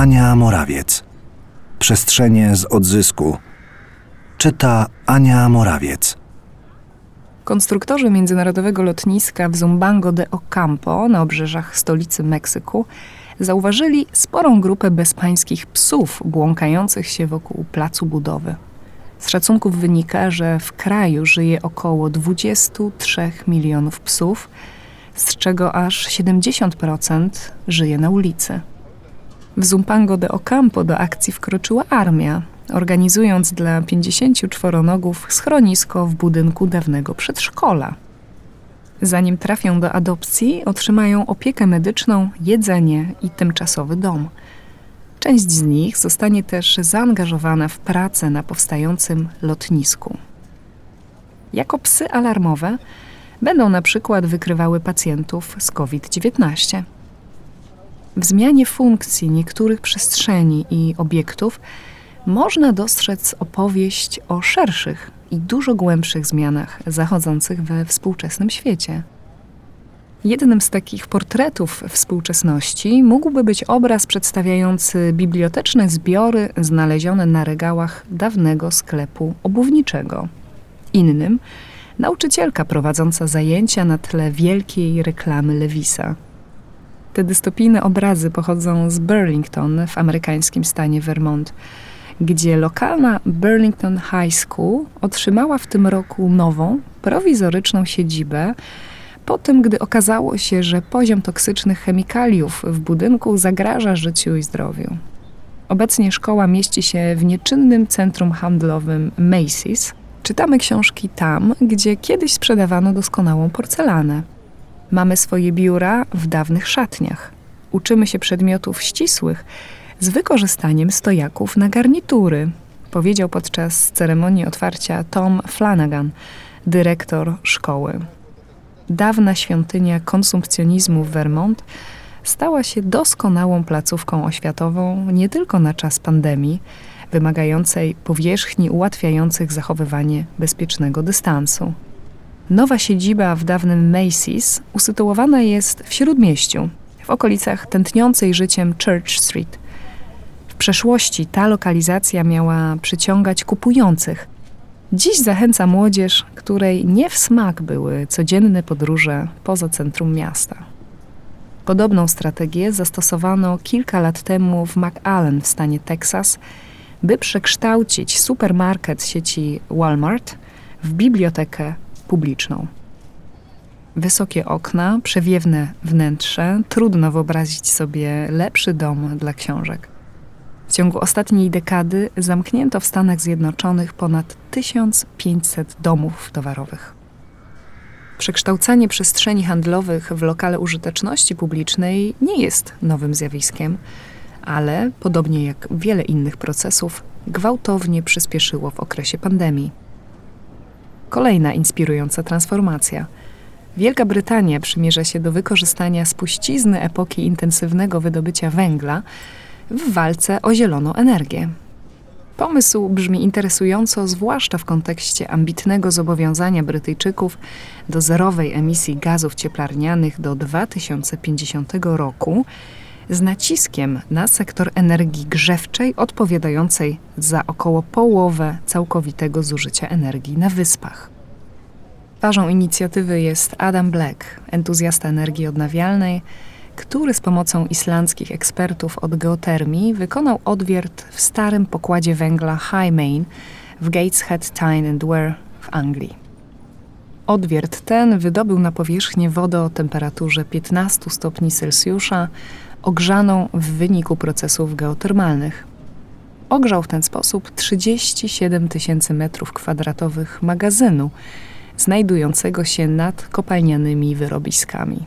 Ania Morawiec. Przestrzenie z odzysku. Czyta Ania Morawiec. Konstruktorzy międzynarodowego lotniska w Zumbango de Ocampo na obrzeżach stolicy Meksyku zauważyli sporą grupę bezpańskich psów błąkających się wokół placu budowy. Z szacunków wynika, że w kraju żyje około 23 milionów psów, z czego aż 70% żyje na ulicy. W Zumbango de Ocampo do akcji wkroczyła armia, organizując dla 50 czworonogów schronisko w budynku dawnego przedszkola. Zanim trafią do adopcji, otrzymają opiekę medyczną, jedzenie i tymczasowy dom. Część z nich zostanie też zaangażowana w pracę na powstającym lotnisku. Jako psy alarmowe będą na przykład wykrywały pacjentów z COVID-19. W zmianie funkcji niektórych przestrzeni i obiektów można dostrzec opowieść o szerszych i dużo głębszych zmianach zachodzących we współczesnym świecie. Jednym z takich portretów współczesności mógłby być obraz przedstawiający biblioteczne zbiory znalezione na regałach dawnego sklepu obuwniczego. Innym nauczycielka prowadząca zajęcia na tle wielkiej reklamy Levisa. Te dystopijne obrazy pochodzą z Burlington w amerykańskim stanie Vermont, gdzie lokalna Burlington High School otrzymała w tym roku nową, prowizoryczną siedzibę, po tym, gdy okazało się, że poziom toksycznych chemikaliów w budynku zagraża życiu i zdrowiu. Obecnie szkoła mieści się w nieczynnym centrum handlowym Macy's. Czytamy książki tam, gdzie kiedyś sprzedawano doskonałą porcelanę. Mamy swoje biura w dawnych szatniach. Uczymy się przedmiotów ścisłych z wykorzystaniem stojaków na garnitury, powiedział podczas ceremonii otwarcia Tom Flanagan, dyrektor szkoły. Dawna świątynia konsumpcjonizmu w Vermont stała się doskonałą placówką oświatową nie tylko na czas pandemii, wymagającej powierzchni ułatwiających zachowywanie bezpiecznego dystansu. Nowa siedziba w dawnym Macy's usytuowana jest w Śródmieściu, w okolicach tętniącej życiem Church Street. W przeszłości ta lokalizacja miała przyciągać kupujących. Dziś zachęca młodzież, której nie w smak były codzienne podróże poza centrum miasta. Podobną strategię zastosowano kilka lat temu w McAllen w stanie Teksas, by przekształcić supermarket sieci Walmart w bibliotekę publiczną. Wysokie okna, przewiewne wnętrze, trudno wyobrazić sobie lepszy dom dla książek. W ciągu ostatniej dekady zamknięto w Stanach Zjednoczonych ponad 1500 domów towarowych. Przekształcanie przestrzeni handlowych w lokale użyteczności publicznej nie jest nowym zjawiskiem, ale, podobnie jak wiele innych procesów, gwałtownie przyspieszyło w okresie pandemii. Kolejna inspirująca transformacja. Wielka Brytania przymierza się do wykorzystania spuścizny epoki intensywnego wydobycia węgla w walce o zieloną energię. Pomysł brzmi interesująco, zwłaszcza w kontekście ambitnego zobowiązania Brytyjczyków do zerowej emisji gazów cieplarnianych do 2050 roku, z naciskiem na sektor energii grzewczej odpowiadającej za około połowę całkowitego zużycia energii na wyspach. Twarzą inicjatywy jest Adam Black, entuzjasta energii odnawialnej, który z pomocą islandzkich ekspertów od geotermii wykonał odwiert w starym pokładzie węgla High Main w Gateshead Tyne and Wear w Anglii. Odwiert ten wydobył na powierzchnię wodę o temperaturze 15 stopni Celsjusza, ogrzaną w wyniku procesów geotermalnych. Ogrzał w ten sposób 37 000 metrów kwadratowych magazynu, znajdującego się nad kopalnianymi wyrobiskami.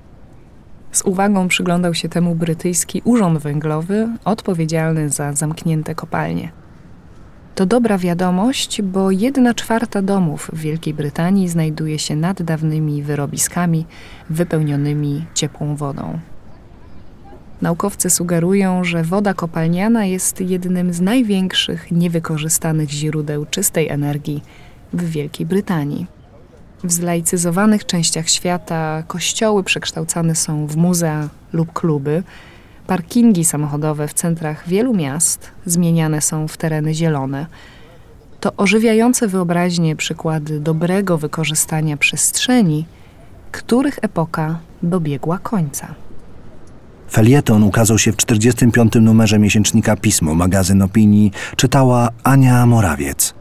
Z uwagą przyglądał się temu brytyjski urząd węglowy odpowiedzialny za zamknięte kopalnie. To dobra wiadomość, bo 1/4 domów w Wielkiej Brytanii znajduje się nad dawnymi wyrobiskami wypełnionymi ciepłą wodą. Naukowcy sugerują, że woda kopalniana jest jednym z największych niewykorzystanych źródeł czystej energii w Wielkiej Brytanii. W zlaicyzowanych częściach świata kościoły przekształcane są w muzea lub kluby, parkingi samochodowe w centrach wielu miast zmieniane są w tereny zielone. To ożywiające wyobraźnię przykłady dobrego wykorzystania przestrzeni, których epoka dobiegła końca. Felieton ukazał się w 45. numerze miesięcznika Pismo, magazyn opinii, czytała Ania Morawiec.